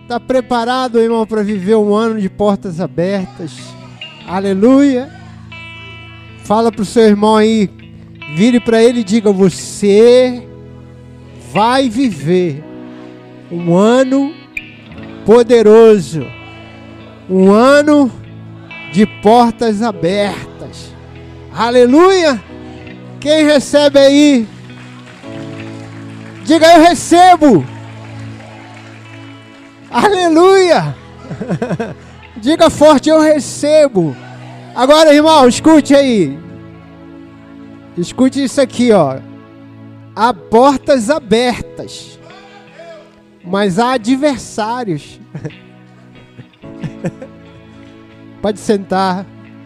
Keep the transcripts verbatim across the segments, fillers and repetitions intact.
Está preparado, irmão, para viver um ano de portas abertas? Aleluia! Fala para o seu irmão aí, vire para ele e diga: você vai viver um ano poderoso, um ano de portas abertas. Aleluia! Quem recebe aí? Diga: eu recebo. Aleluia! Diga forte: eu recebo. Agora, irmão, escute aí. Escute isso aqui, ó. Há portas abertas, mas há adversários. Pode sentar.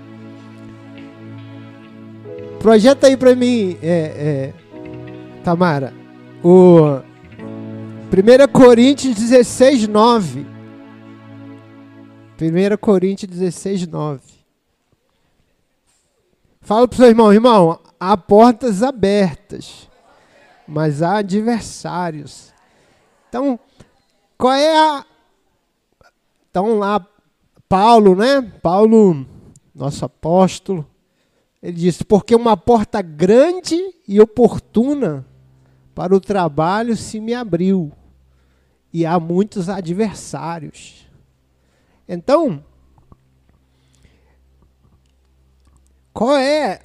Projeta aí pra mim, é, é, Tamara, o primeira Coríntios dezesseis, nove. primeira Coríntios dezesseis, nove. Fala pro seu irmão: irmão, há portas abertas, mas há adversários. Então, qual é a... Então lá, Paulo, né? Paulo, nosso apóstolo, ele disse: porque uma porta grande e oportuna para o trabalho se me abriu, e há muitos adversários. Então, qual é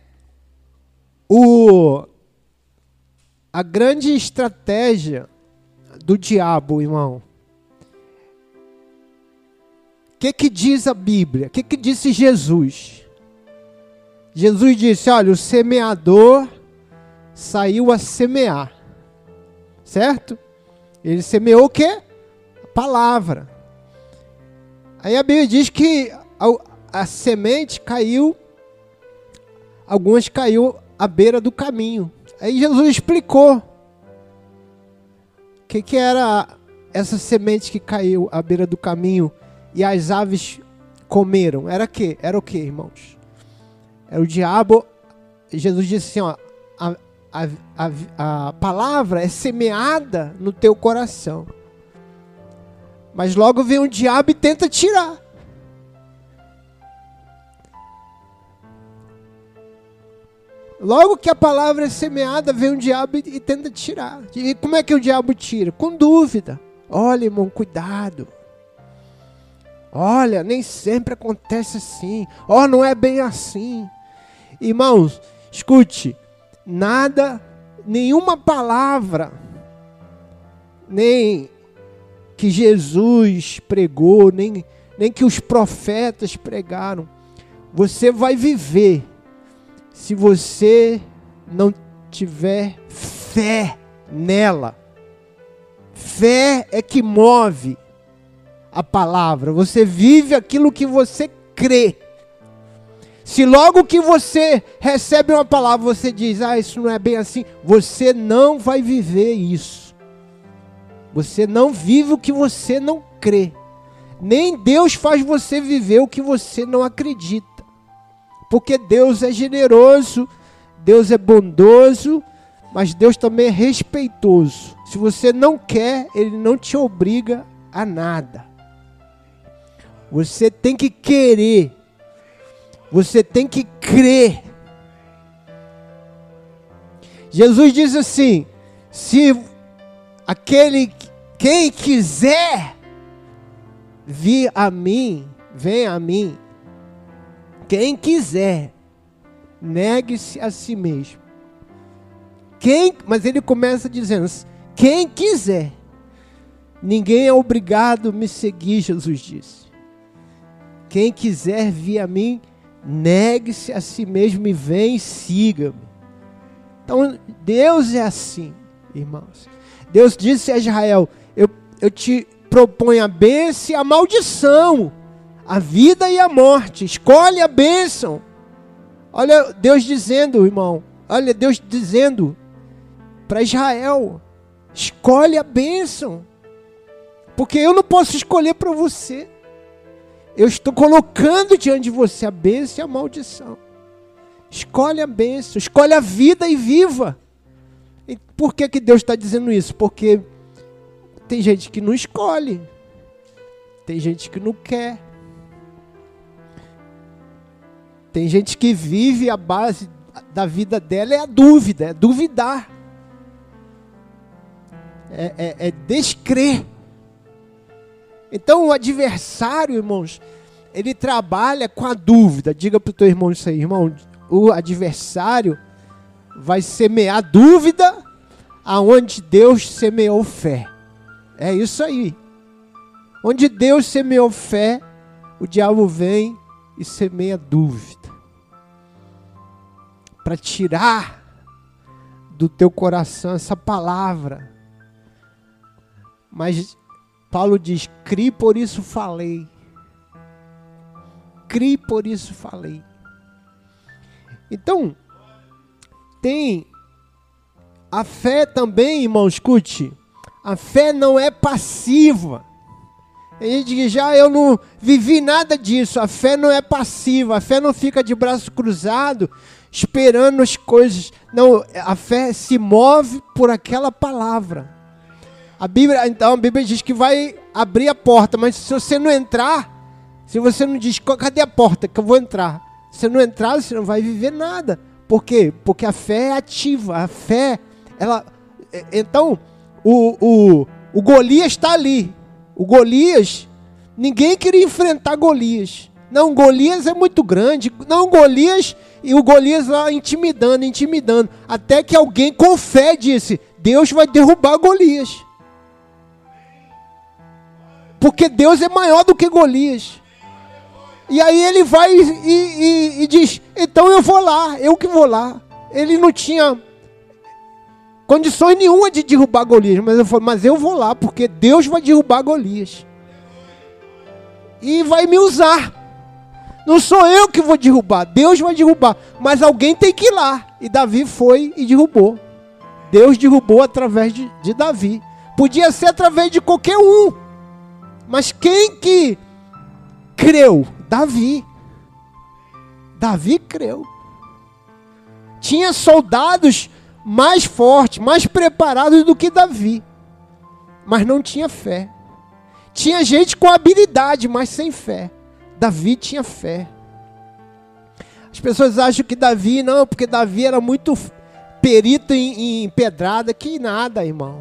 o, a grande estratégia do diabo, irmão? O que que diz a Bíblia? O que que disse Jesus? Jesus disse: olha, o semeador saiu a semear. Certo? Ele semeou o quê? A palavra. Aí a Bíblia diz que a, a semente caiu, algumas caiu à beira do caminho. Aí Jesus explicou o que que era essa semente que caiu à beira do caminho e as aves comeram. Era o quê? Era o quê, irmãos? Era o diabo. Jesus disse assim, ó, a, a, a, a palavra é semeada no teu coração, mas logo vem o diabo e tenta tirar. Logo que a palavra é semeada, vem o diabo e, e tenta tirar. E como é que o diabo tira? Com dúvida. Olha, irmão, cuidado. Olha, nem sempre acontece assim. Ó, oh, não é bem assim. Irmãos, escute. Nada, nenhuma palavra, nem que Jesus pregou, nem, nem que os profetas pregaram, você vai viver se você não tiver fé nela. Fé é que move a palavra. Você vive aquilo que você crê. Se logo que você recebe uma palavra, você diz: ah, isso não é bem assim, você não vai viver isso. Você não vive o que você não crê. Nem Deus faz você viver o que você não acredita. Porque Deus é generoso, Deus é bondoso, mas Deus também é respeitoso. Se você não quer, Ele não te obriga a nada. Você tem que querer. Você tem que crer. Jesus diz assim: se aquele, quem quiser vir a mim, vem a mim. Quem quiser, negue-se a si mesmo. Quem, mas ele começa dizendo: quem quiser. Ninguém é obrigado a me seguir, Jesus disse. Quem quiser vir a mim, negue-se a si mesmo e vem e siga-me. Então, Deus é assim, irmãos. Deus disse a Israel: eu, eu te proponho a bênção e a maldição, a vida e a morte. Escolhe a bênção. Olha Deus dizendo, irmão. Olha Deus dizendo para Israel: escolhe a bênção. Porque eu não posso escolher para você. Eu estou colocando diante de você a bênção e a maldição. Escolhe a bênção, escolhe a vida e viva. E por que que Deus está dizendo isso? Porque tem gente que não escolhe. tem gente que não quer. Tem gente que vive, a base da vida dela é a dúvida, é duvidar. É, é, é descrer. Então o adversário, irmãos, ele trabalha com a dúvida. Diga para o teu irmão isso aí, irmão. O adversário vai semear dúvida aonde Deus semeou fé. É isso aí. Onde Deus semeou fé, o diabo vem e semeia dúvida. Para tirar do teu coração essa palavra. Mas Paulo diz, crie, por isso falei. Crie, por isso falei. Então, tem a fé também, irmão, escute. A fé não é passiva. A gente diz, já eu não vivi nada disso. A fé não é passiva. A fé não fica de braço cruzado, esperando as coisas. Não, a fé se move por aquela palavra. A Bíblia, então, a Bíblia diz que vai abrir a porta, mas se você não entrar, se você não diz, cadê a porta que eu vou entrar? Se você não entrar, você não vai viver nada. Por quê? Porque a fé é ativa. A fé, ela... Então, o, o, o Golias está ali. O Golias, ninguém queria enfrentar Golias. Não, Golias é muito grande. Não, Golias, e o Golias lá intimidando, intimidando. Até que alguém com fé disse, Deus vai derrubar Golias. Porque Deus é maior do que Golias. E aí ele vai e, e, e diz, então eu vou lá, eu que vou lá. Ele não tinha condições nenhuma de derrubar Golias, mas eu falei, mas eu vou lá, porque Deus vai derrubar Golias. E vai me usar. Não sou eu que vou derrubar, Deus vai derrubar. Mas alguém tem que ir lá. E Davi foi e derrubou. Deus derrubou através de, de Davi. Podia ser através de qualquer um. Mas quem que creu? Davi. Davi creu. Tinha soldados mais fortes, mais preparados do que Davi. Mas não tinha fé. Tinha gente com habilidade, mas sem fé. Davi tinha fé. As pessoas acham que Davi, não, porque Davi era muito perito em, em pedrada. Que nada, irmão.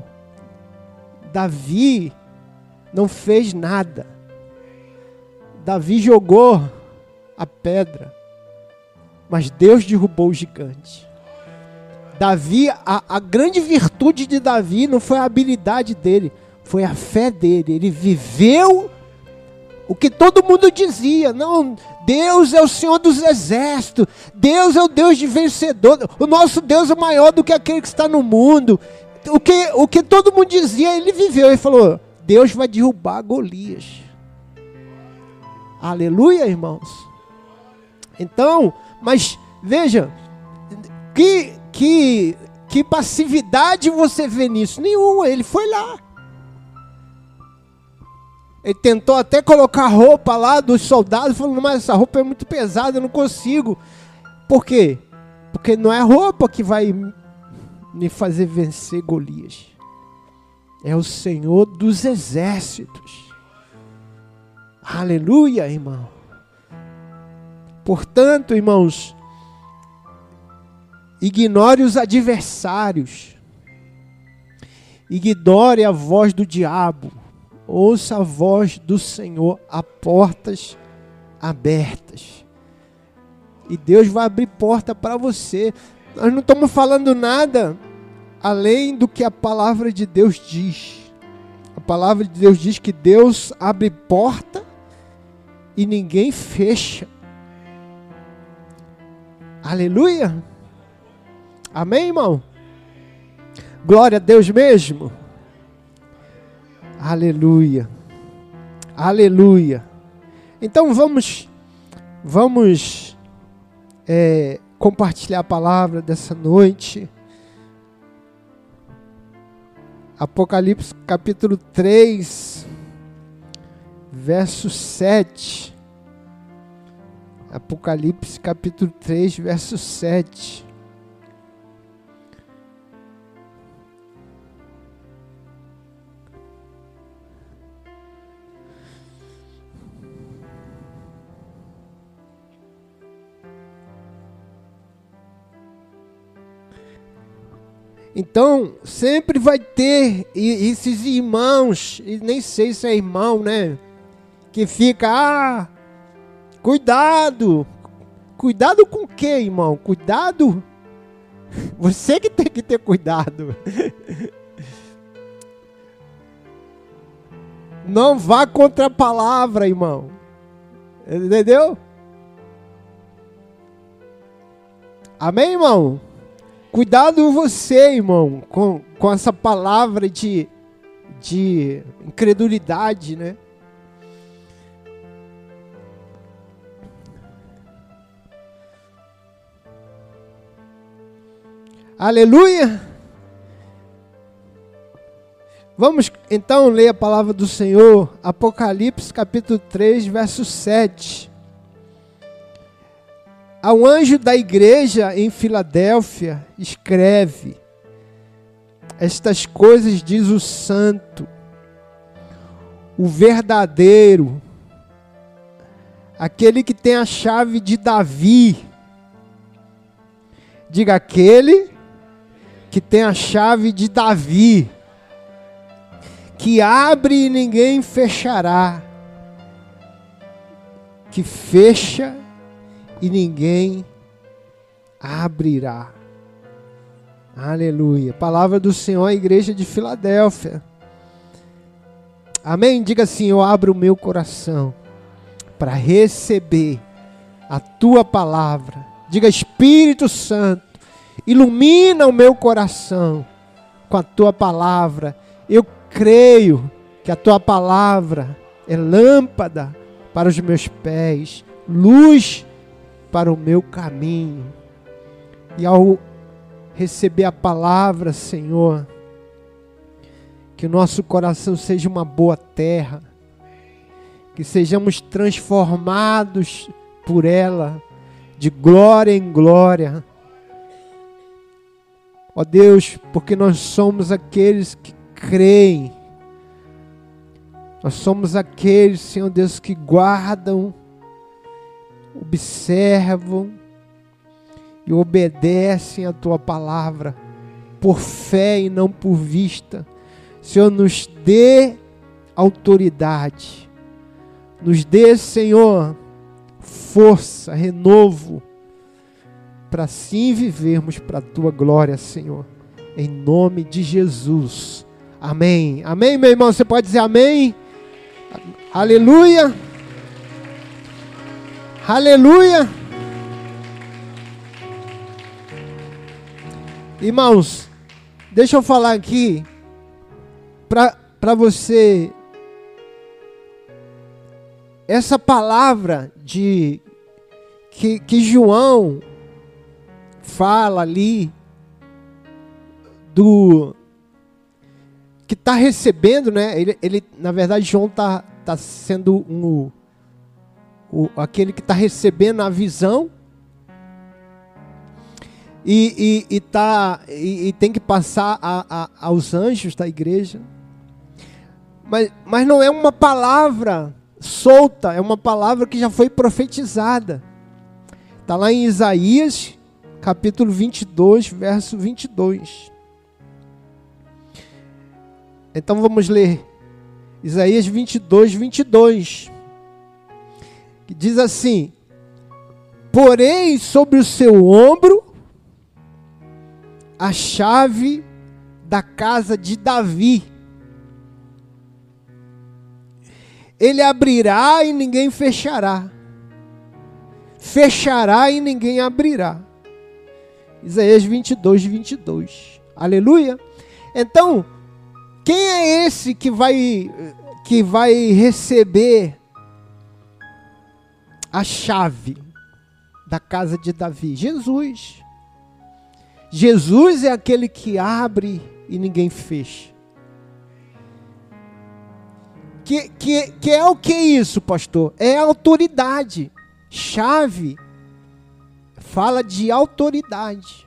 Davi não fez nada. Davi jogou a pedra, mas Deus derrubou o gigante. Davi, a, a grande virtude de Davi não foi a habilidade dele, foi a fé dele. Ele viveu o que todo mundo dizia. Não, Deus é o Senhor dos exércitos, Deus é o Deus de vencedor, o nosso Deus é maior do que aquele que está no mundo. O que, o que todo mundo dizia, ele viveu. Ele falou, Deus vai derrubar Golias. Aleluia, irmãos. Então, mas veja, que, que, que passividade você vê nisso? Nenhuma, ele foi lá. Ele tentou até colocar a roupa lá dos soldados, falando, mas essa roupa é muito pesada, eu não consigo. Por quê? Porque não é a roupa que vai me fazer vencer Golias. É o Senhor dos exércitos. Aleluia, irmão. Portanto, irmãos, ignore os adversários. Ignore a voz do diabo. Ouça a voz do Senhor a portas abertas. E Deus vai abrir porta para você. Nós não estamos falando nada além do que a palavra de Deus diz. A palavra de Deus diz que Deus abre porta e ninguém fecha. Aleluia. Amém, irmão? Glória a Deus mesmo. Aleluia. Aleluia. Então vamos, vamos é, compartilhar a palavra dessa noite. Apocalipse capítulo três, verso sete. Apocalipse capítulo três, verso sete. Então, sempre vai ter esses irmãos, e nem sei se é irmão, né? Que fica, ah, cuidado. Cuidado com o quê, irmão? Cuidado? Você que tem que ter cuidado. Não vá contra a palavra, irmão. Entendeu? Amém, irmão? Cuidado você, irmão, com, com essa palavra de, de incredulidade, né? Aleluia! Vamos então ler a palavra do Senhor, Apocalipse capítulo três, verso sete. Ao anjo da igreja em Filadélfia, escreve: estas coisas diz o santo, o verdadeiro, aquele que tem a chave de Davi. Diga, aquele que tem a chave de Davi, que abre e ninguém fechará, que fecha e ninguém abrirá. Aleluia. Palavra do Senhor à igreja de Filadélfia. Amém? Diga assim: eu abro o meu coração para receber a tua palavra. Diga: Espírito Santo, ilumina o meu coração com a tua palavra. Eu creio que a tua palavra é lâmpada para os meus pés, luz para o meu caminho. E ao receber a palavra, Senhor, que o nosso coração seja uma boa terra, que sejamos transformados por ela, de glória em glória. Ó Deus, porque nós somos aqueles que creem, nós somos aqueles, Senhor Deus, que guardam, observam e obedecem a tua palavra por fé e não por vista. Senhor, nos dê autoridade, nos dê, Senhor, força, renovo, para assim vivermos para a tua glória, Senhor, em nome de Jesus. Amém. Amém, meu irmão? Você pode dizer amém? Aleluia. Aleluia. Irmãos, deixa eu falar aqui para você. Essa palavra de que, que João fala ali do que está recebendo, né? Ele, ele, na verdade, João está tá sendo um, o, aquele que está recebendo a visão e, e, e, tá, e, e tem que passar a, a, aos anjos da igreja. Mas, mas não é uma palavra solta, é uma palavra que já foi profetizada. Está lá em Isaías, capítulo vinte e dois, verso vinte e dois. Então vamos ler Isaías vinte e dois, vinte e dois. Que diz assim: porei sobre o seu ombro a chave da casa de Davi. Ele abrirá e ninguém fechará. Fechará e ninguém abrirá. Isaías vinte e dois, vinte e dois. Aleluia. Então, quem é esse que vai, que vai receber a chave da casa de Davi? Jesus. Jesus é aquele que abre e ninguém fecha. Que, que, que é o que é isso, pastor? É autoridade. Chave fala de autoridade.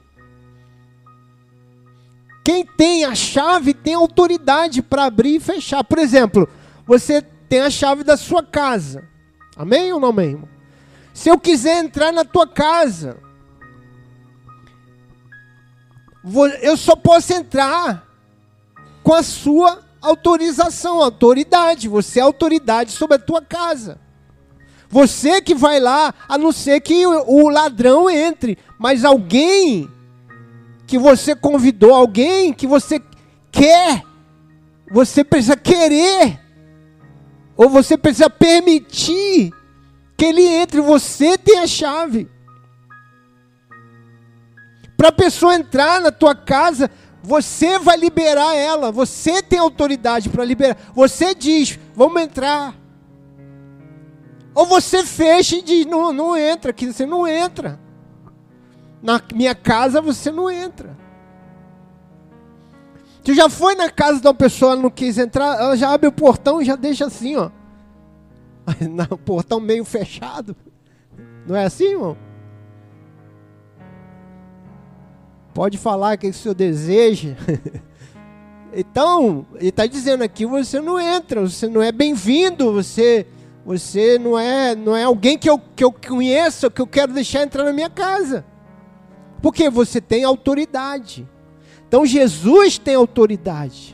Quem tem a chave tem autoridade para abrir e fechar. Por exemplo, você tem a chave da sua casa. Amém ou não, amém, irmão? Se eu quiser entrar na tua casa, eu só posso entrar com a sua autorização, autoridade. Você é autoridade sobre a tua casa. Você que vai lá, a não ser que o ladrão entre, mas alguém que você convidou, alguém que você quer, você precisa querer, ou você precisa permitir que ele entre. Você tem a chave. Para a pessoa entrar na tua casa, você vai liberar ela. Você tem autoridade para liberar. Você diz, vamos entrar. Ou você fecha e diz, não, não entra aqui, você não entra. Na minha casa você não entra. Tu já foi na casa de uma pessoa, ela não quis entrar, ela já abre o portão e já deixa assim, ó. O portão meio fechado. Não é assim, irmão? Pode falar o que o senhor deseja. Então, ele está dizendo aqui, você não entra, você não é bem-vindo, você, você não, é, não é alguém que eu, que eu conheço, que eu quero deixar entrar na minha casa. Porque você tem autoridade. Então, Jesus tem autoridade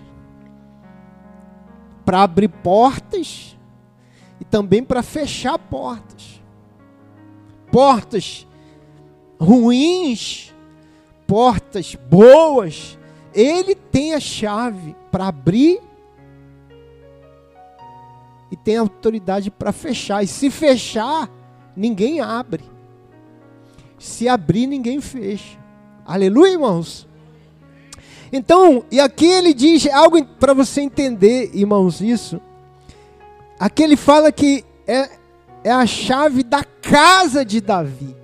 para abrir portas e também para fechar portas. Portas ruins, portas boas, ele tem a chave para abrir e tem a autoridade para fechar. E se fechar, ninguém abre. Se abrir, ninguém fecha. Aleluia, irmãos? Então, e aqui ele diz algo para você entender, irmãos, isso. Aqui ele fala que é, é a chave da casa de Davi.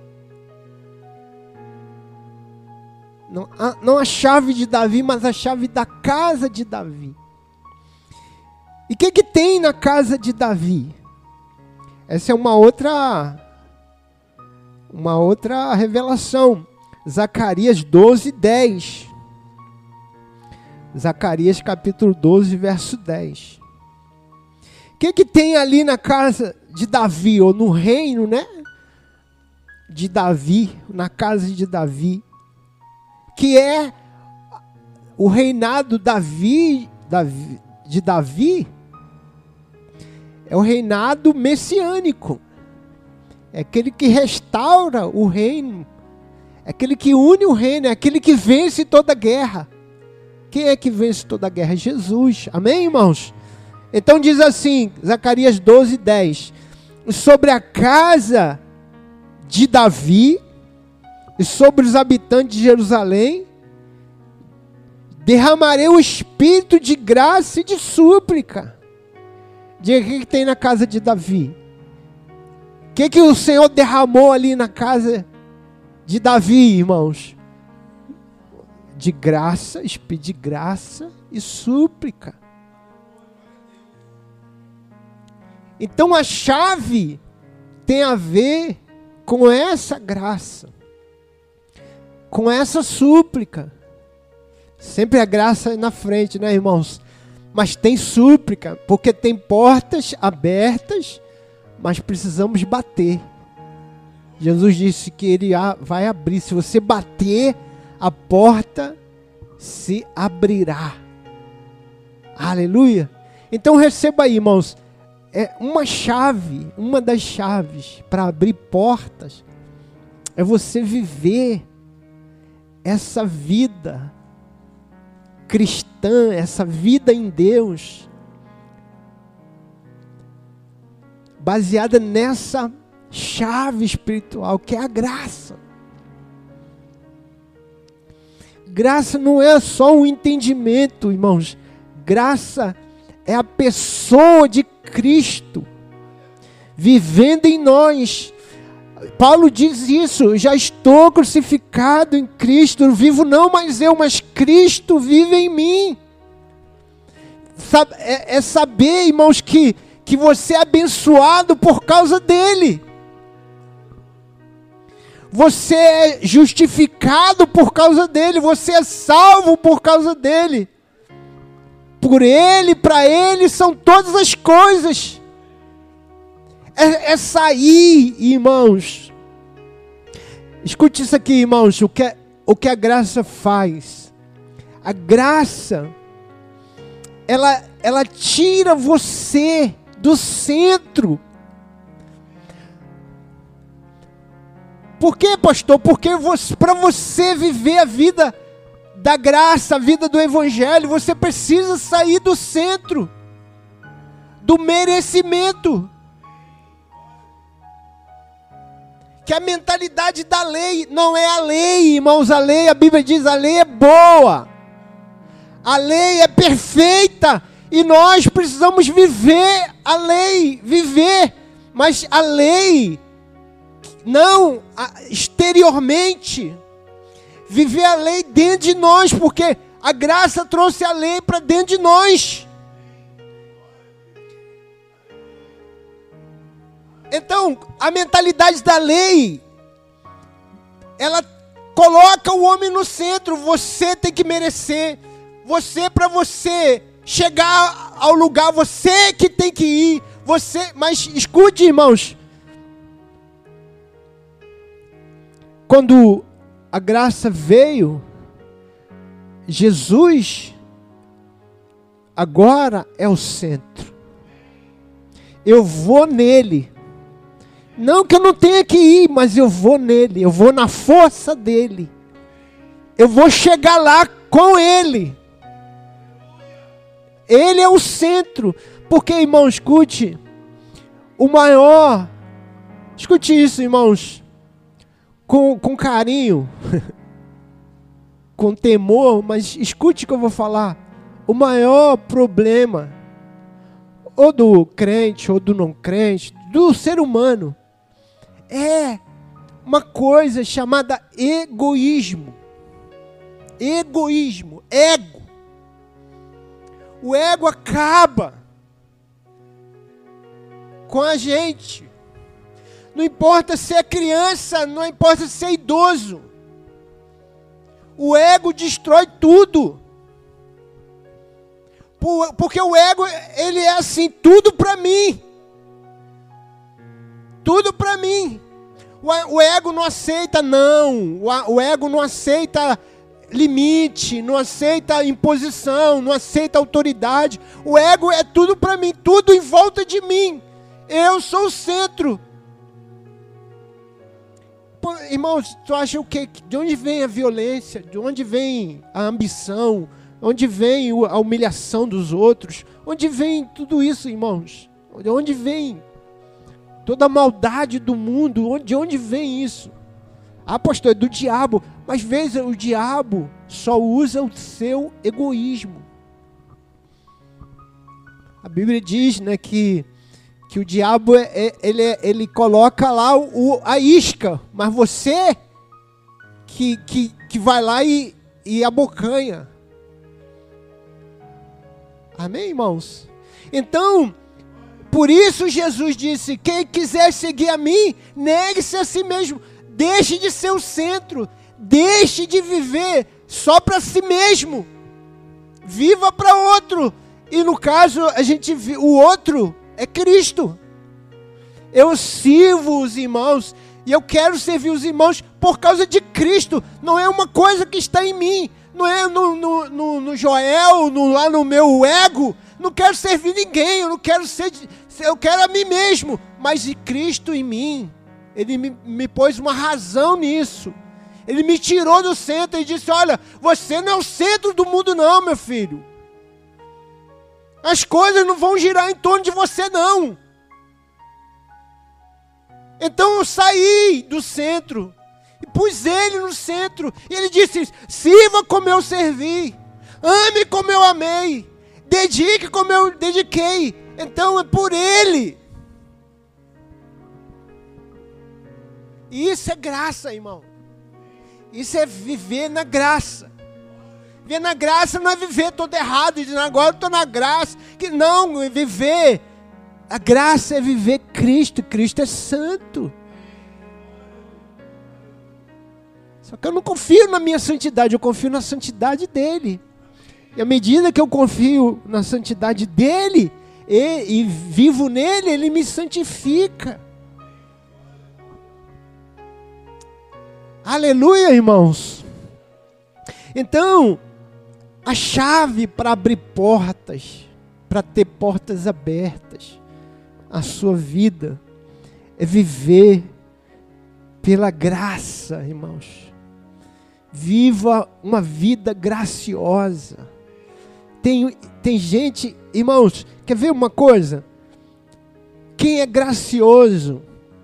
Não a, não a chave de Davi, mas a chave da casa de Davi. E o que, que tem na casa de Davi? Essa é uma outra, uma outra revelação. Zacarias doze, dez. Zacarias capítulo doze, verso dez. O que, que tem ali na casa de Davi, ou no reino, né? De Davi, na casa de Davi, que é o reinado Davi, Davi, de Davi, é o reinado messiânico, é aquele que restaura o reino, é aquele que une o reino, é aquele que vence toda guerra. Quem é que vence toda guerra? Jesus, amém, irmãos? Então diz assim, Zacarias doze, dez, sobre a casa de Davi e sobre os habitantes de Jerusalém, derramarei o espírito de graça e de súplica. Diga, o que, que tem na casa de Davi? O que, que o Senhor derramou ali na casa de Davi, irmãos? De graça, espírito de graça e súplica. Então a chave tem a ver com essa graça, com essa súplica. Sempre a graça é na frente, né, irmãos? Mas tem súplica, porque tem portas abertas, mas precisamos bater. Jesus disse que ele vai abrir. Se você bater, a porta se abrirá. Aleluia. Então receba aí, irmãos. É uma chave, uma das chaves para abrir portas é você viver essa vida cristã, essa vida em Deus, baseada nessa chave espiritual que é a graça. Graça não é só um entendimento, irmãos. Graça é a pessoa de Cristo vivendo em nós. Paulo diz isso: já estou crucificado em Cristo, vivo não mais eu, mas Cristo vive em mim. É, é saber, irmãos, que, que você é abençoado por causa dele. Você é justificado por causa dele, você é salvo por causa dele. Por ele, para ele são todas as coisas. É, é sair, irmãos. Escute isso aqui, irmãos. O que é, o que a graça faz? A graça, ela, ela tira você do centro. Por quê, pastor? Porque para você viver a vida da graça, a vida do evangelho, você precisa sair do centro, do merecimento. Que a mentalidade da lei não é a lei, irmãos. A lei, a Bíblia diz, a lei é boa. A lei é perfeita. E nós precisamos viver a lei, viver. Mas a lei, não exteriormente. Viver a lei dentro de nós, porque a graça trouxe a lei para dentro de nós. Então, a mentalidade da lei, ela coloca o homem no centro. Você tem que merecer. Você, para você chegar ao lugar, você que tem que ir. Você, mas escute, irmãos. Quando a graça veio, Jesus agora é o centro. Eu vou nele. Não que eu não tenha que ir, mas eu vou nele, eu vou na força dele. Eu vou chegar lá com ele. Ele é o centro. Porque, irmão, escute, o maior, escute isso, irmãos, com, com carinho, com temor, mas escute o que eu vou falar. O maior problema, ou do crente, ou do não crente, do ser humano, é uma coisa chamada egoísmo. Egoísmo, ego. O ego acaba com a gente. Não importa se é criança, não importa se é idoso. O ego destrói tudo. Porque o ego, ele é assim, tudo para mim. Tudo para mim. O ego não aceita não. O ego não aceita limite, não aceita imposição, não aceita autoridade. O ego é tudo para mim, tudo em volta de mim. Eu sou o centro. Pô, irmãos, tu acha o quê? De onde vem a violência? De onde vem a ambição? Onde vem a humilhação dos outros? Onde vem tudo isso, irmãos? De onde vem toda a maldade do mundo? De onde vem isso? Ah, pastor, é do diabo. Mas veja, o diabo só usa o seu egoísmo. A Bíblia diz, né, que, que o diabo, é, é, ele, é, ele coloca lá o, a isca, mas você que, que, que vai lá e, e abocanha. Amém, irmãos? Então, por isso Jesus disse, quem quiser seguir a mim, negue-se a si mesmo. Deixe de ser o centro. Deixe de viver só para si mesmo. Viva para outro. E no caso, a gente, o outro é Cristo. Eu sirvo os irmãos. E eu quero servir os irmãos por causa de Cristo. Não é uma coisa que está em mim. Não é no, no, no, no Joel, no, lá no meu ego. Não quero servir ninguém. Eu não quero ser... Eu quero a mim mesmo. Mas de Cristo em mim. Ele me, me pôs uma razão nisso. Ele me tirou do centro e disse, olha, você não é o centro do mundo não, meu filho. As coisas não vão girar em torno de você não. Então eu saí do centro e pus ele no centro. E ele disse, sirva como eu servi. Ame como eu amei. Dedique como eu dediquei. Então é por ele. E isso é graça, irmão. Isso é viver na graça. Viver na graça não é viver todo errado, dizendo agora eu estou na graça. Que não, é viver. A graça é viver Cristo. Cristo é santo. Só que eu não confio na minha santidade, eu confio na santidade dele. E à medida que eu confio na santidade dele e, e vivo nele, ele me santifica. Aleluia, irmãos. Então, a chave para abrir portas, para ter portas abertas, a sua vida, é viver pela graça, irmãos. Viva uma vida graciosa. Tem, tem gente, irmãos, quer ver uma coisa? Quem é gracioso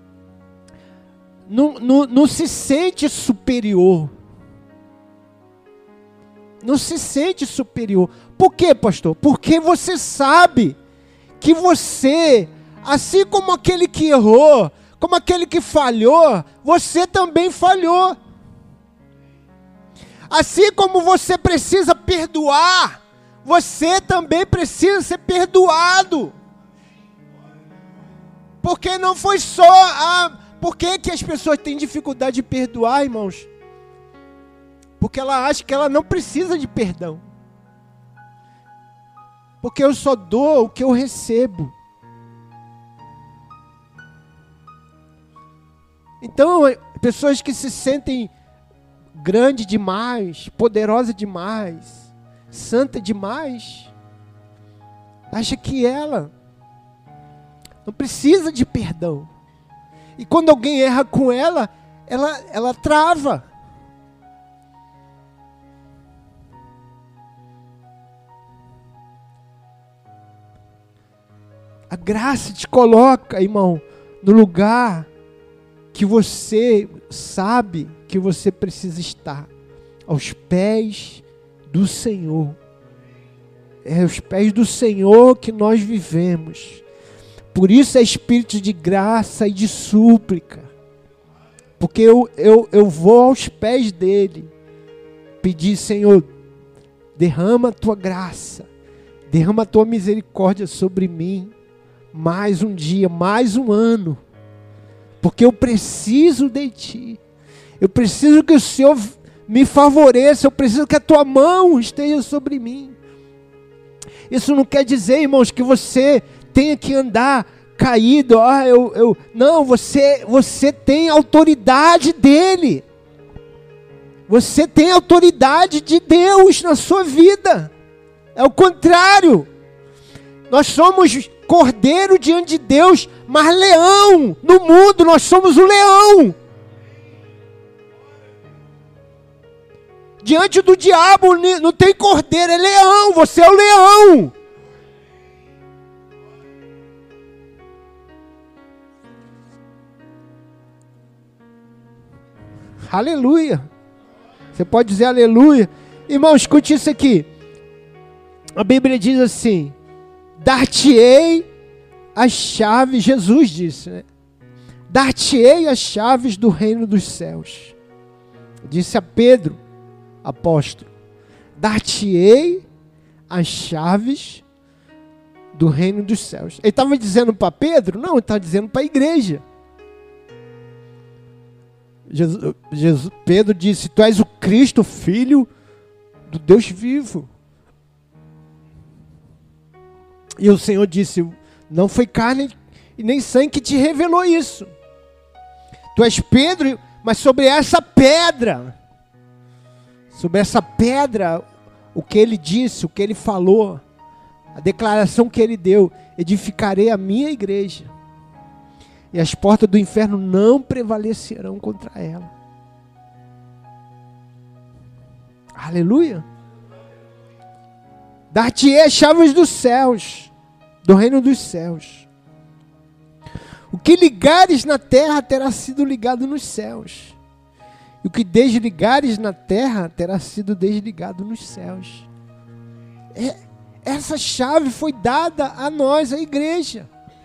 não, não, não se sente superior. Não se sente superior. Por quê, pastor? Porque você sabe que você, assim como aquele que errou, como aquele que falhou, você também falhou. Assim como você precisa perdoar, você também precisa ser perdoado. Porque não foi só a... Por que que as pessoas têm dificuldade de perdoar, irmãos? Porque ela acha que ela não precisa de perdão. Porque eu só dou o que eu recebo. Então, pessoas que se sentem grande demais, poderosa demais, santa demais, acha que ela não precisa de perdão. E quando alguém erra com ela, ela, ela trava. A graça te coloca, irmão, no lugar que você sabe que você precisa estar, aos pés do Senhor. É aos pés do Senhor que nós vivemos. Por isso é espírito de graça e de súplica. Porque eu, eu, eu vou aos pés dele, pedir, Senhor, derrama a tua graça, derrama a tua misericórdia sobre mim, mais um dia, mais um ano, porque eu preciso de ti, eu preciso que o Senhor me favoreça, eu preciso que a tua mão esteja sobre mim. Isso não quer dizer, irmãos, que você tenha que andar caído, ah, eu, eu, não, você, você tem autoridade dele, você tem autoridade de Deus na sua vida, é o contrário, nós somos cordeiro diante de Deus, mas leão, no mundo nós somos o leão, diante do diabo não tem cordeiro, é leão, você é o leão. Aleluia. Você pode dizer aleluia. Irmão, escute isso aqui. A Bíblia diz assim: dar-te-ei as chaves, Jesus disse, né? Dar-te-ei as chaves do reino dos céus. Disse a Pedro, apóstolo, dar-te-ei as chaves do reino dos céus. Ele estava dizendo para Pedro? Não, ele estava dizendo para a igreja. Jesus, Jesus, Pedro disse: tu és o Cristo, filho do Deus vivo. E o Senhor disse: não foi carne e nem sangue que te revelou isso. Tu és Pedro, mas sobre essa pedra, sobre essa pedra, o que ele disse, o que ele falou, a declaração que ele deu: edificarei a minha igreja, e as portas do inferno não prevalecerão contra ela. Aleluia. Dar-te-ei as chaves dos céus, do reino dos céus. O que ligares na terra terá sido ligado nos céus, e o que desligares na terra terá sido desligado nos céus. É, essa chave foi dada a nós, a igreja.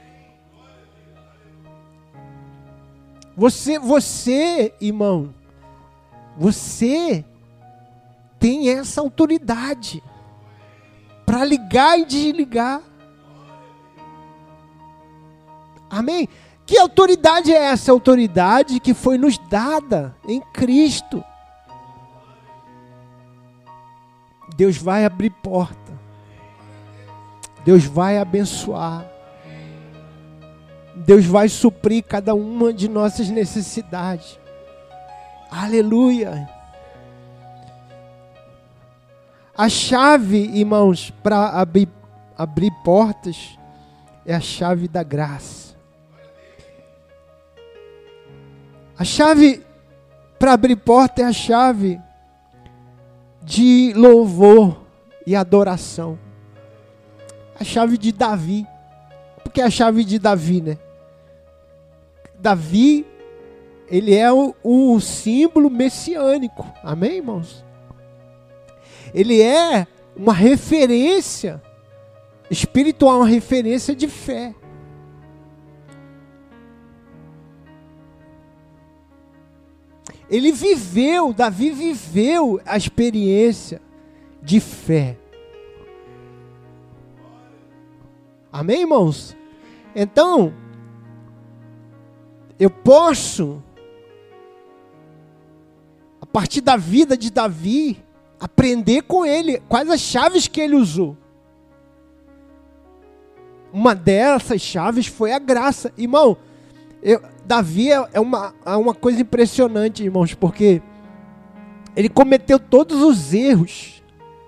Você, você, irmão, você tem essa autoridade para ligar e desligar. Amém? Que autoridade é essa? Autoridade que foi nos dada em Cristo. Deus vai abrir porta. Deus vai abençoar. Deus vai suprir cada uma de nossas necessidades. Aleluia. A chave, irmãos, para abrir, abrir portas é a chave da graça. A chave para abrir porta é a chave de louvor e adoração. A chave de Davi. Por que a chave de Davi, né? Davi, ele é o, o símbolo messiânico. Amém, irmãos? Ele é uma referência espiritual, uma referência de fé. Ele viveu, Davi viveu a experiência de fé. Amém, irmãos? Então, eu posso, a partir da vida de Davi, aprender com ele quais as chaves que ele usou. Uma dessas chaves foi a graça. Irmão, eu, Davi é, é, uma, é uma coisa impressionante, irmãos, porque ele cometeu todos os erros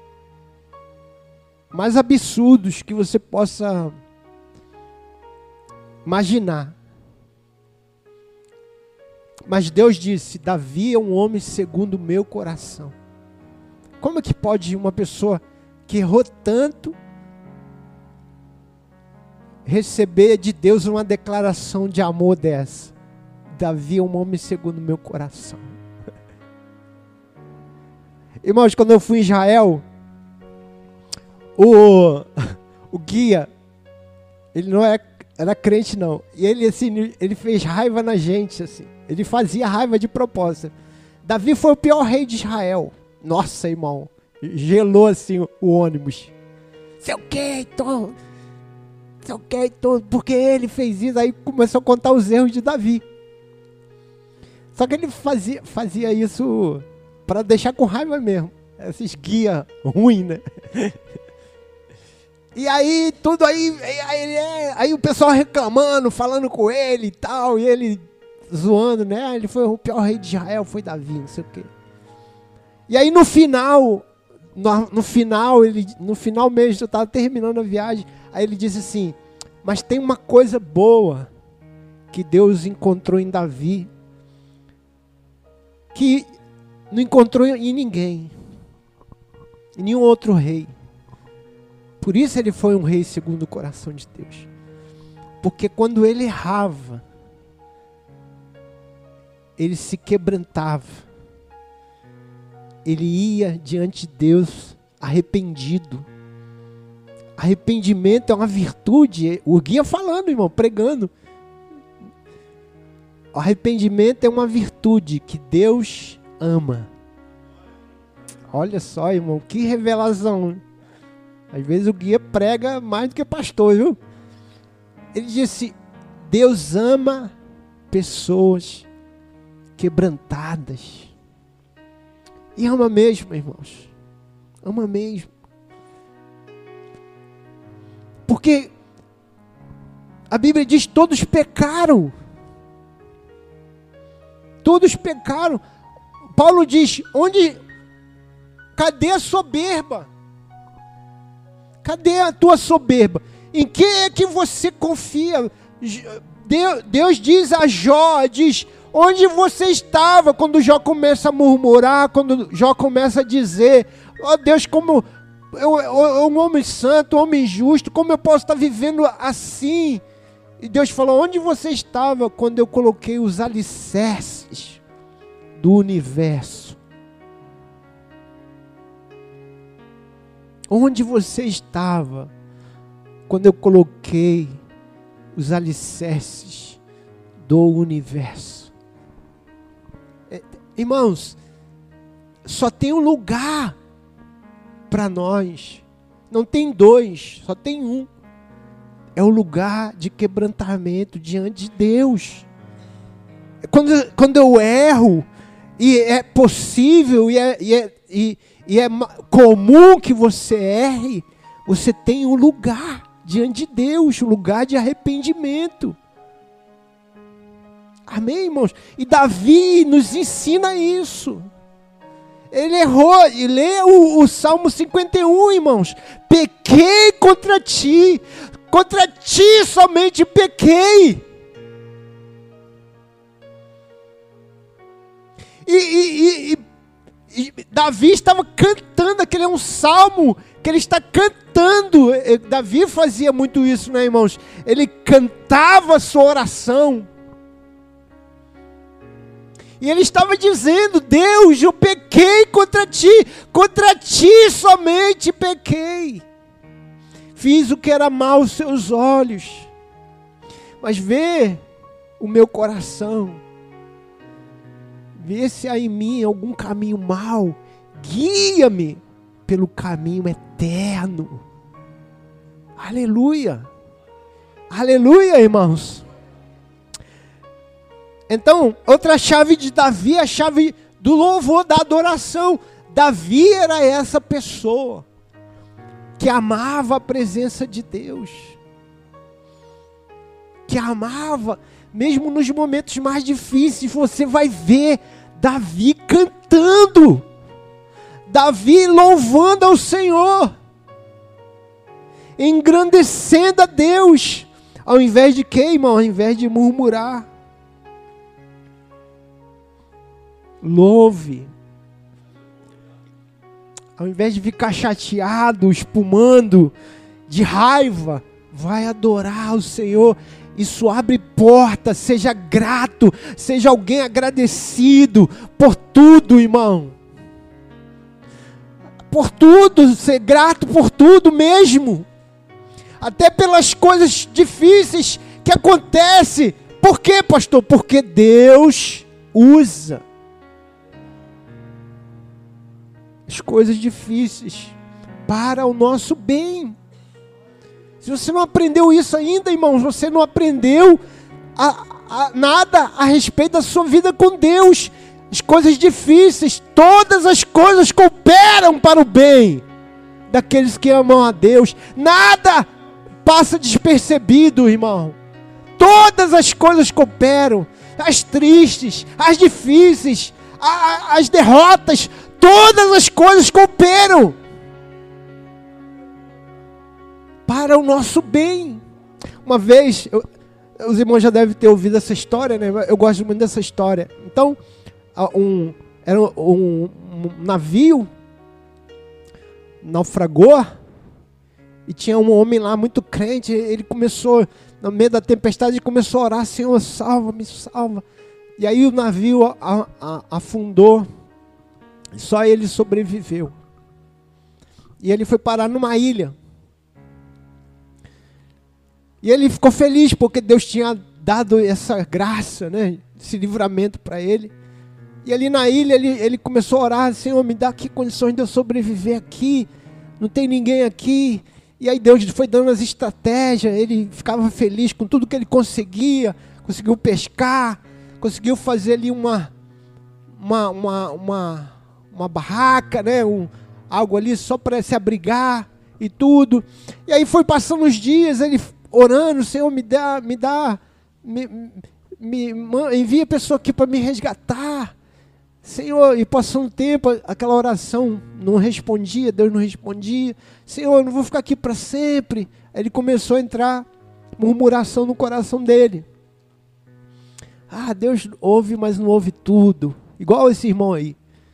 mais absurdos que você possa imaginar. Mas Deus disse: Davi é um homem segundo o meu coração. Como é que pode uma pessoa que errou tanto receber de Deus uma declaração de amor dessa? Davi é um homem segundo o meu coração. Irmãos, quando eu fui em Israel, o, o guia, ele não era, era crente não, e ele assim, ele fez raiva na gente, assim, ele fazia raiva de propósito. Davi foi o pior rei de Israel. Nossa, irmão, gelou assim o ônibus. Seu que, tô, seu que, tô, porque ele fez isso, aí começou a contar os erros de Davi. Só que ele fazia, fazia isso para deixar com raiva mesmo. Esses guias ruins, né? E aí, tudo aí, aí, aí, aí o pessoal reclamando, falando com ele e tal, e ele zoando, né? Ele foi o pior rei de Israel, foi Davi, não sei o quê. E aí no final, no, no final, ele, no final mesmo, eu estava terminando a viagem, aí ele disse assim: mas tem uma coisa boa que Deus encontrou em Davi, que não encontrou em ninguém, em nenhum outro rei. Por isso ele foi um rei segundo o coração de Deus. Porque quando ele errava, ele se quebrantava. Ele ia diante de Deus arrependido. Arrependimento é uma virtude. O guia falando, irmão, pregando. O arrependimento é uma virtude que Deus ama. Olha só, irmão, que revelação. Às vezes o guia prega mais do que pastor, viu? Ele disse: Deus ama pessoas quebrantadas. E ama mesmo, irmãos. Ama mesmo. Porque a Bíblia diz: todos pecaram. Todos pecaram. Paulo diz: onde, cadê a soberba? Cadê a tua soberba? Em que é que você confia? Deus, Deus diz a Jó, diz: onde você estava quando Jó começa a murmurar, quando Jó começa a dizer: ó oh Deus, como eu, eu, um homem santo, um homem justo, como eu posso estar vivendo assim? E Deus falou: onde você estava quando eu coloquei os alicerces do universo? Onde você estava quando eu coloquei os alicerces do universo? É, irmãos, só tem um lugar para nós. Não tem dois, só tem um. É o lugar de quebrantamento diante de Deus. Quando, quando eu erro, e é possível, e é, e é, e, e é comum que você erre, você tem um lugar diante de Deus, um lugar de arrependimento. Amém, irmãos? E Davi nos ensina isso. Ele errou. E lê o, o Salmo cinquenta e um, irmãos. Pequei contra ti. Contra ti somente pequei. E, e, e, e Davi estava cantando, aquele é um salmo que ele está cantando. Davi fazia muito isso, né, irmãos? Ele cantava a sua oração. E ele estava dizendo: Deus, eu pequei contra ti, contra ti somente pequei. Fiz o que era mal aos seus olhos, mas vê o meu coração. Vê se há em mim algum caminho mau, guia-me pelo caminho eterno. Aleluia, aleluia, irmãos. Então, outra chave de Davi é a chave do louvor, da adoração. Davi era essa pessoa que amava a presença de Deus, que amava, mesmo nos momentos mais difíceis. Você vai ver Davi cantando, Davi louvando ao Senhor, engrandecendo a Deus, ao invés de quê, irmão? Ao invés de murmurar. Louve. Ao invés de ficar chateado, espumando de raiva, vai adorar o Senhor. Isso abre porta. Seja grato, seja alguém agradecido por tudo, irmão. Por tudo, ser grato por tudo mesmo. Até pelas coisas difíceis que acontecem. Por quê, pastor? Porque Deus usa as coisas difíceis para o nosso bem. Se você não aprendeu isso ainda, irmãos, você não aprendeu a, a, nada a respeito da sua vida com Deus. As coisas difíceis, todas as coisas cooperam para o bem daqueles que amam a Deus. Nada passa despercebido, irmão. Todas as coisas cooperam. As tristes, as difíceis, a, as derrotas, todas as coisas cooperam para o nosso bem. Uma vez, eu, os irmãos já devem ter ouvido essa história, né? Eu gosto muito dessa história. Então, um, era um, um, um navio, naufragou, e tinha um homem lá muito crente. Ele começou, no meio da tempestade, ele começou a orar: Senhor, salva-me, salva. E aí o navio a, a, afundou, só ele sobreviveu. E ele foi parar numa ilha. E ele ficou feliz porque Deus tinha dado essa graça, né? Esse livramento para ele. E ali na ilha ele, ele começou a orar: Senhor, me dá aqui condições de eu sobreviver aqui. Não tem ninguém aqui. E aí Deus foi dando as estratégias. Ele ficava feliz com tudo que ele conseguia. Conseguiu pescar. Conseguiu fazer ali uma... Uma... Uma... uma uma barraca, né? Um, algo ali só para se abrigar e tudo. E aí foi passando os dias, ele orando: Senhor, me dá, me dá, me, me, me envia a pessoa aqui para me resgatar. Senhor, e passando o tempo, aquela oração não respondia, Deus não respondia. Senhor, eu não vou ficar aqui para sempre. Aí ele começou a entrar murmuração no coração dele. Ah, Deus ouve, mas não ouve tudo. Igual esse irmão aí.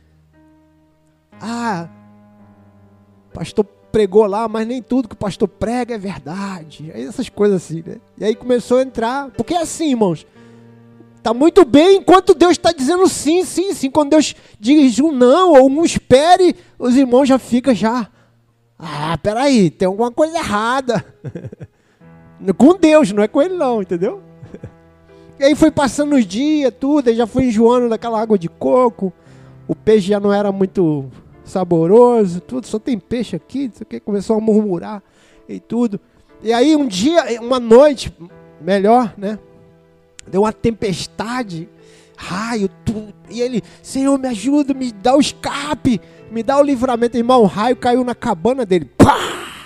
Ah, pastor pregou lá, mas nem tudo que o pastor prega é verdade. Essas coisas assim, né? E aí começou a entrar, porque é assim, irmãos. Tá muito bem enquanto Deus está dizendo sim, sim, sim. Quando Deus diz um não ou um espere, os irmãos já ficam já. Ah, peraí, tem alguma coisa errada. Com Deus, não é com ele não, entendeu? E aí foi passando os dias, tudo, aí já foi enjoando daquela água de coco. O peixe já não era muito saboroso, tudo, só tem peixe aqui, não sei o que, começou a murmurar e tudo. E aí um dia, uma noite, melhor, né? Deu uma tempestade, raio, tudo. E ele: Senhor, me ajuda, me dá o escape, me dá o livramento. Irmão, o raio caiu na cabana dele. Pá!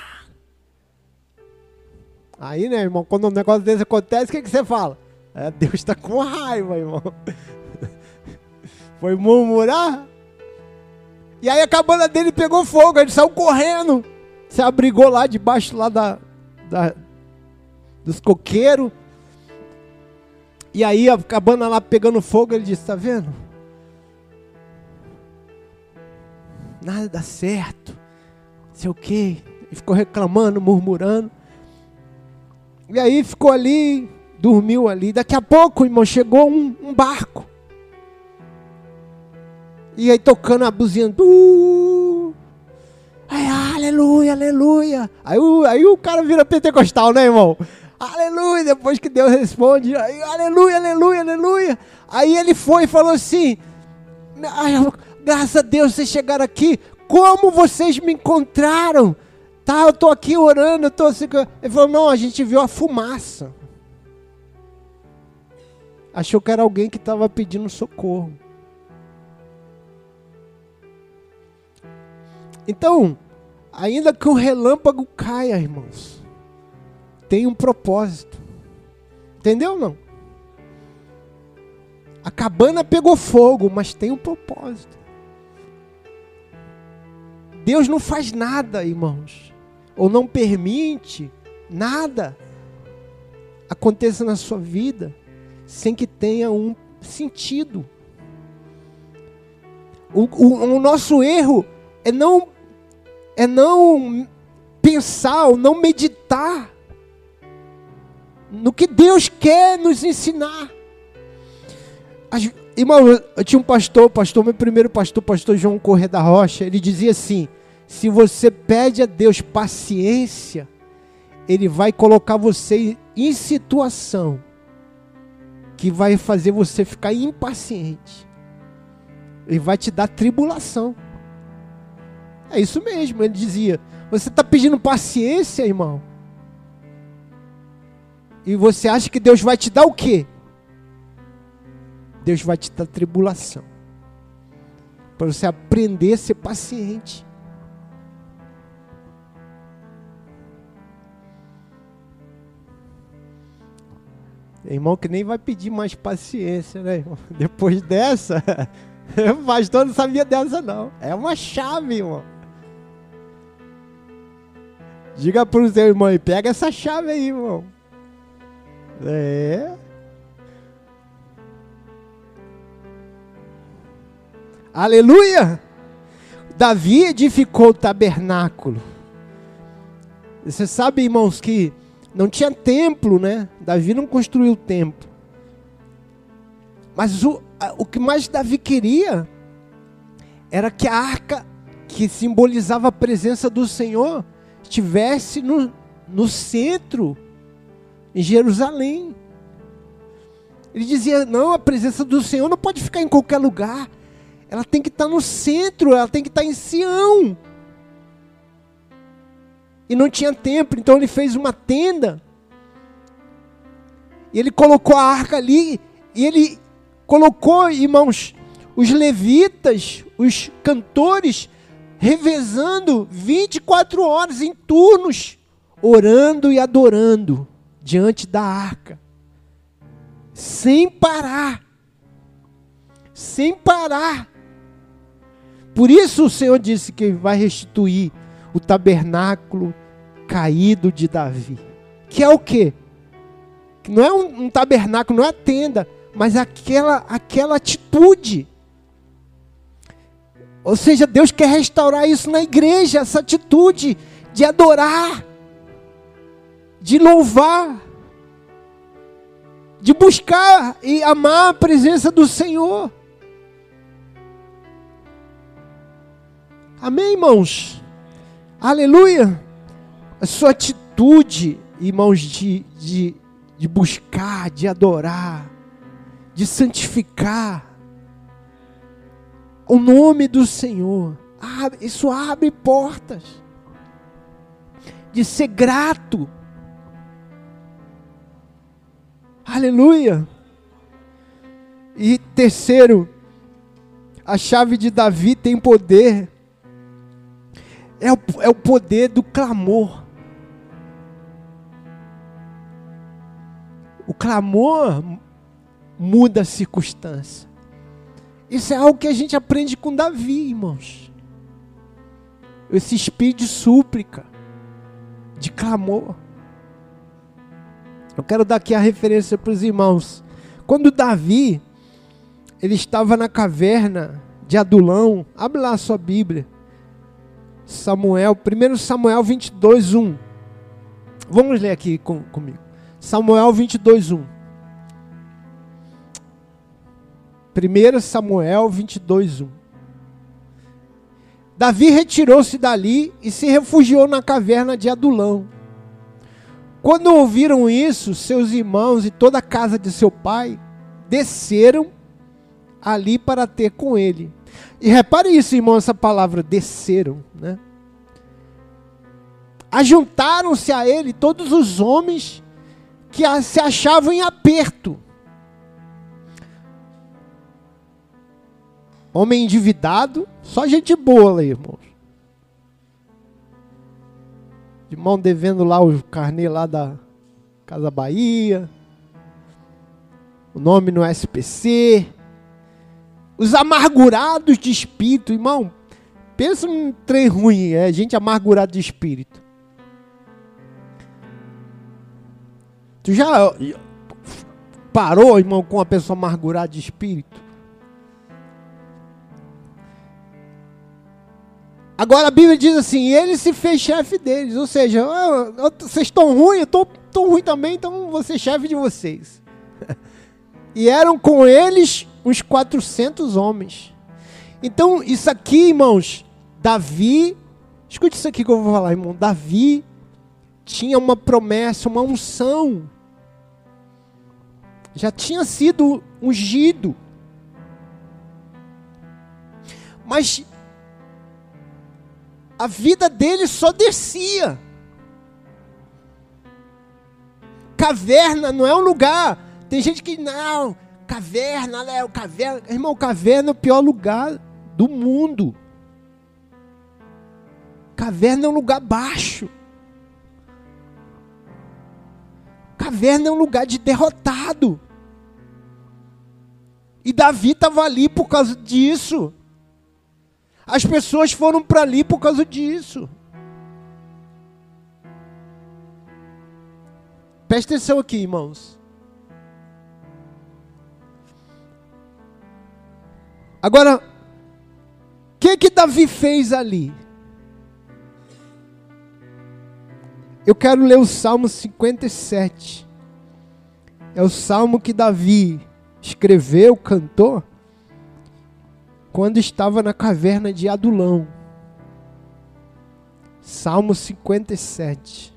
Aí, né, irmão, quando um negócio desse acontece, o que, que você fala? É, Deus está com raiva, irmão. Foi murmurar. E aí a cabana dele pegou fogo, ele saiu correndo, se abrigou lá debaixo lá da, da, dos coqueiros. E aí a cabana lá pegando fogo, ele disse, tá vendo? Nada dá certo, não sei o quê. E ficou reclamando, murmurando. E aí ficou ali, dormiu ali. Daqui a pouco, irmão, chegou um, um barco. E aí tocando a buzina. Uh, aí, aleluia, aleluia. Aí, uh, aí o cara vira pentecostal, né, irmão? Aleluia, depois que Deus responde. Aí, aleluia, aleluia, aleluia. Aí ele foi e falou assim, graças a Deus vocês chegaram aqui. Como vocês me encontraram? Tá, eu estou aqui orando, eu tô assim. Ele falou, não, a gente viu a fumaça. Achou que era alguém que estava pedindo socorro. Então, ainda que o relâmpago caia, irmãos, tem um propósito. Entendeu ou não? A cabana pegou fogo, mas tem um propósito. Deus não faz nada, irmãos, ou não permite nada aconteça na sua vida sem que tenha um sentido. O, o, o nosso erro é não, é não pensar, ou não meditar no que Deus quer nos ensinar. As, irmão, eu tinha um pastor, pastor, meu primeiro pastor, pastor João Corrêa da Rocha, ele dizia assim, se você pede a Deus paciência, Ele vai colocar você em situação que vai fazer você ficar impaciente. Ele vai te dar tribulação. É isso mesmo, ele dizia, você está pedindo paciência, irmão? E você acha que Deus vai te dar o quê? Deus vai te dar tribulação. Para você aprender a ser paciente. Irmão que nem vai pedir mais paciência, né, irmão? Depois dessa, o pastor não sabia dessa não. É uma chave, irmão. Diga para o seu irmão, pega essa chave aí, irmão. É. Aleluia! Davi edificou o tabernáculo. Você sabe, irmãos, que não tinha templo, né? Davi não construiu o templo. Mas o, o que mais Davi queria era que a arca, que simbolizava a presença do Senhor, estivesse no, no centro, em Jerusalém. Ele dizia, não, a presença do Senhor não pode ficar em qualquer lugar. Ela tem que estar no centro, ela tem que estar em Sião. E não tinha templo, então ele fez uma tenda. E ele colocou a arca ali, e ele colocou, irmãos, os levitas, os cantores, revezando vinte e quatro horas em turnos, orando e adorando diante da arca. Sem parar. Sem parar. Por isso o Senhor disse que vai restituir o tabernáculo caído de Davi. Que é o quê? Que não é um, um tabernáculo, não é a tenda, mas aquela, aquela atitude. Ou seja, Deus quer restaurar isso na igreja, essa atitude de adorar, de louvar, de buscar e amar a presença do Senhor. Amém, irmãos? Aleluia! A sua atitude, irmãos, de, de, de buscar, de adorar, de santificar o nome do Senhor, abre, isso abre portas, de ser grato. Aleluia! E terceiro, a chave de Davi tem poder. É o, é o poder do clamor. O clamor muda a circunstância. Isso é algo que a gente aprende com Davi, irmãos. esse espírito de súplica, de clamor. Eu quero dar aqui a referência para os irmãos. Quando Davi, ele estava na caverna de Adulão, abre lá a sua Bíblia, Samuel, primeiro Samuel vinte e dois, um. Vamos ler aqui com, comigo. Samuel vinte e dois, um. primeiro Samuel vinte e dois, um. Davi retirou-se dali e se refugiou na caverna de Adulão. Quando ouviram isso, seus irmãos e toda a casa de seu pai desceram ali para ter com ele. E repare isso, irmão, essa palavra, desceram, né? Ajuntaram-se a ele todos os homens que se achavam em aperto. Homem endividado, só gente boa lá, irmãos. Irmão devendo lá o carnê lá da Casa Bahia. O nome no S P C. Os amargurados de espírito, irmão. Pensa num trem ruim, é gente amargurada de espírito. Tu já parou, irmão, com uma pessoa amargurada de espírito? Agora a Bíblia diz assim, ele se fez chefe deles, ou seja, ah, vocês estão ruins, eu estou ruim também, então vou ser chefe de vocês. E eram com eles uns quatrocentos homens. Então isso aqui, irmãos, Davi, escute isso aqui que eu vou falar, irmão, Davi tinha uma promessa, uma unção, já tinha sido ungido, mas a vida dele só descia. Caverna não é um lugar. Tem gente que, não, caverna, né, caverna. Irmão, caverna é o pior lugar do mundo. Caverna é um lugar baixo. Caverna é um lugar de derrotado. E Davi estava ali por causa disso. As pessoas foram para ali por causa disso. Presta atenção aqui, irmãos. Agora, o que que Davi fez ali? Eu quero ler o Salmo cinquenta e sete. É o salmo que Davi escreveu, cantou, quando estava na caverna de Adulão. Salmo cinquenta e sete.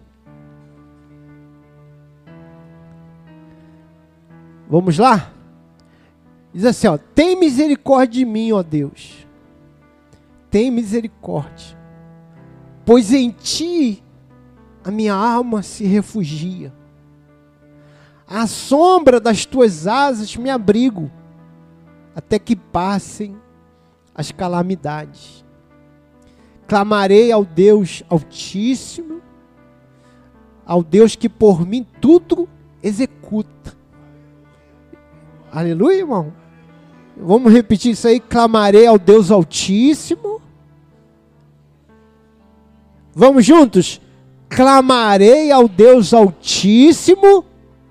Vamos lá? Diz assim, ó, tem misericórdia de mim, ó Deus. Tem misericórdia. Pois em ti a minha alma se refugia. À sombra das tuas asas me abrigo, até que passem as calamidades. Clamarei ao Deus Altíssimo, ao Deus que por mim tudo executa. Aleluia, irmão. Vamos repetir isso aí. Clamarei ao Deus Altíssimo. Vamos juntos? Clamarei ao Deus Altíssimo.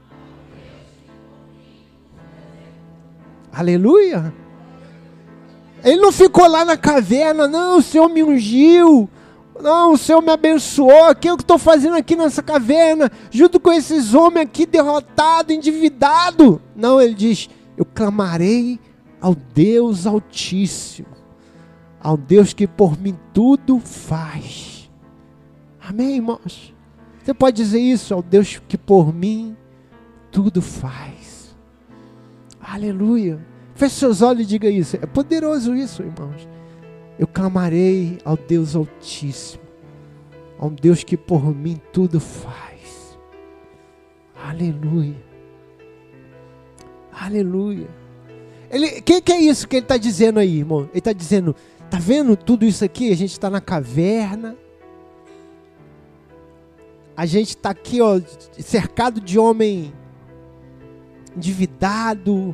Aleluia. Ele não ficou lá na caverna, não, o Senhor me ungiu, não, o Senhor me abençoou, o que eu estou fazendo aqui nessa caverna, junto com esses homens aqui derrotados, endividados. Não, ele diz, eu clamarei ao Deus Altíssimo, ao Deus que por mim tudo faz. Amém, irmãos? Você pode dizer isso, ao Deus que por mim tudo faz. Aleluia. Feche seus olhos e diga isso. É poderoso isso, irmãos. Eu clamarei ao Deus Altíssimo, a um Deus que por mim tudo faz. Aleluia. Aleluia. O que, que é isso que ele está dizendo aí, irmão? Ele está dizendo, está vendo tudo isso aqui? A gente está na caverna. A gente está aqui, ó, cercado de homem endividado,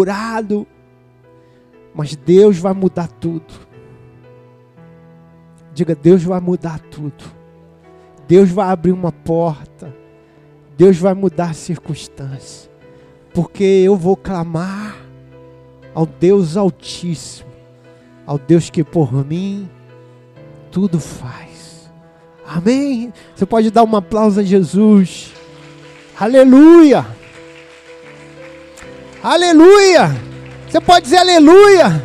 amargurado, mas Deus vai mudar tudo. Diga, Deus vai mudar tudo. Deus vai abrir uma porta. Deus vai mudar a circunstância. Porque eu vou clamar ao Deus Altíssimo, ao Deus que por mim tudo faz. Amém? Você pode dar um aplauso a Jesus. Aleluia! Aleluia! Você pode dizer aleluia!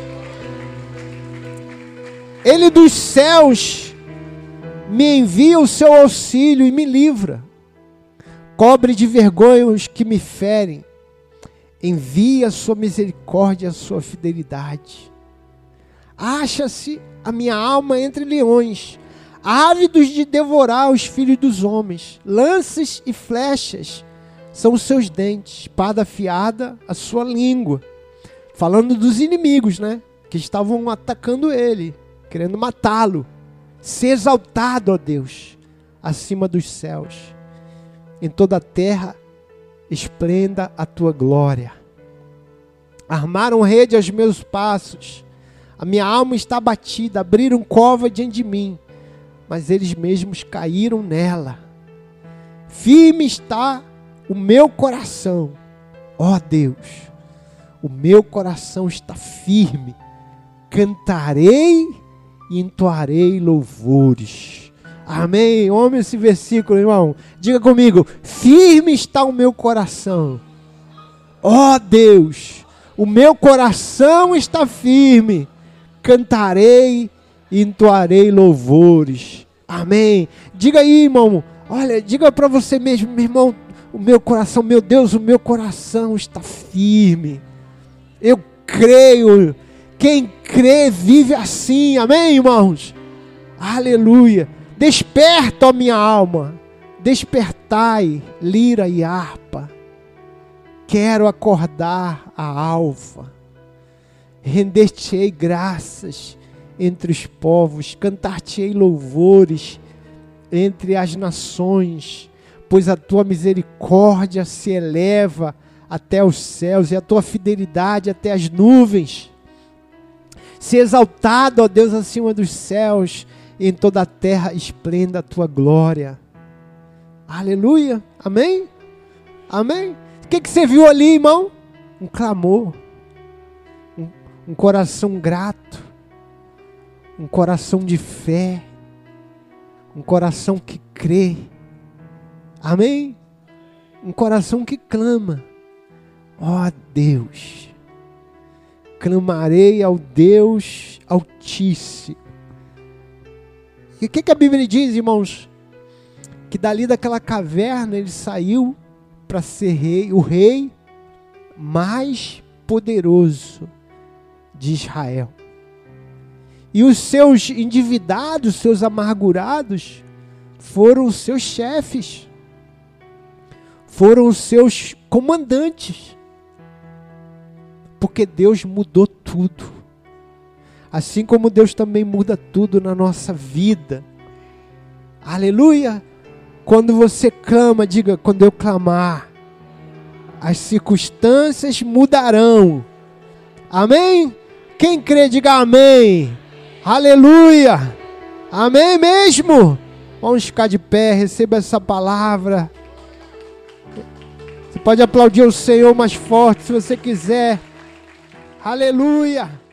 Ele dos céus me envia o seu auxílio e me livra. Cobre de vergonha os que me ferem. Envia a sua misericórdia e a sua fidelidade. Acha-se a minha alma entre leões, ávidos de devorar os filhos dos homens. Lanças e flechas são os seus dentes, espada afiada a sua língua. Falando dos inimigos, né? Que estavam atacando ele, querendo matá-lo. Ser exaltado, ó Deus, acima dos céus. Em toda a terra esplenda a tua glória. Armaram rede aos meus passos. A minha alma está abatida. Abriram cova diante de mim, mas eles mesmos caíram nela. Firme está o meu coração. Ó Deus, o meu coração está firme. Cantarei e entoarei louvores. Amém? Ame esse versículo, irmão. Diga comigo: firme está o meu coração. Ó Deus, o meu coração está firme. Cantarei e entoarei louvores. Amém? Diga aí, irmão. Olha, diga para você mesmo, meu irmão, o meu coração, meu Deus, o meu coração está firme. Eu creio. Quem crê vive assim. Amém, irmãos? Aleluia. Desperta, ó minha alma, despertai, lira e harpa. Quero acordar a alva. Render-te-ei graças entre os povos, cantar-te-ei louvores entre as nações, pois a tua misericórdia se eleva até os céus e a tua fidelidade até as nuvens. Se exaltado, ó Deus, acima dos céus, e em toda a terra esplenda a tua glória. Aleluia. Amém? Amém? O que, que você viu ali, irmão? Um clamor. Um, um coração grato. Um coração de fé. Um coração que crê. Amém? Um coração que clama. Ó Deus, clamarei ao Deus Altíssimo. E o que, que a Bíblia diz, irmãos? Que dali daquela caverna ele saiu para ser rei, o rei mais poderoso de Israel. E os seus endividados, seus amargurados, foram os seus chefes, foram os seus comandantes, porque Deus mudou tudo. Assim como Deus também muda tudo na nossa vida. Aleluia! Quando você clama, diga: quando eu clamar, as circunstâncias mudarão. Amém? Quem crê, diga amém. Aleluia! Amém mesmo? Vamos ficar de pé, receba essa palavra. Você pode aplaudir o Senhor mais forte se você quiser. Aleluia!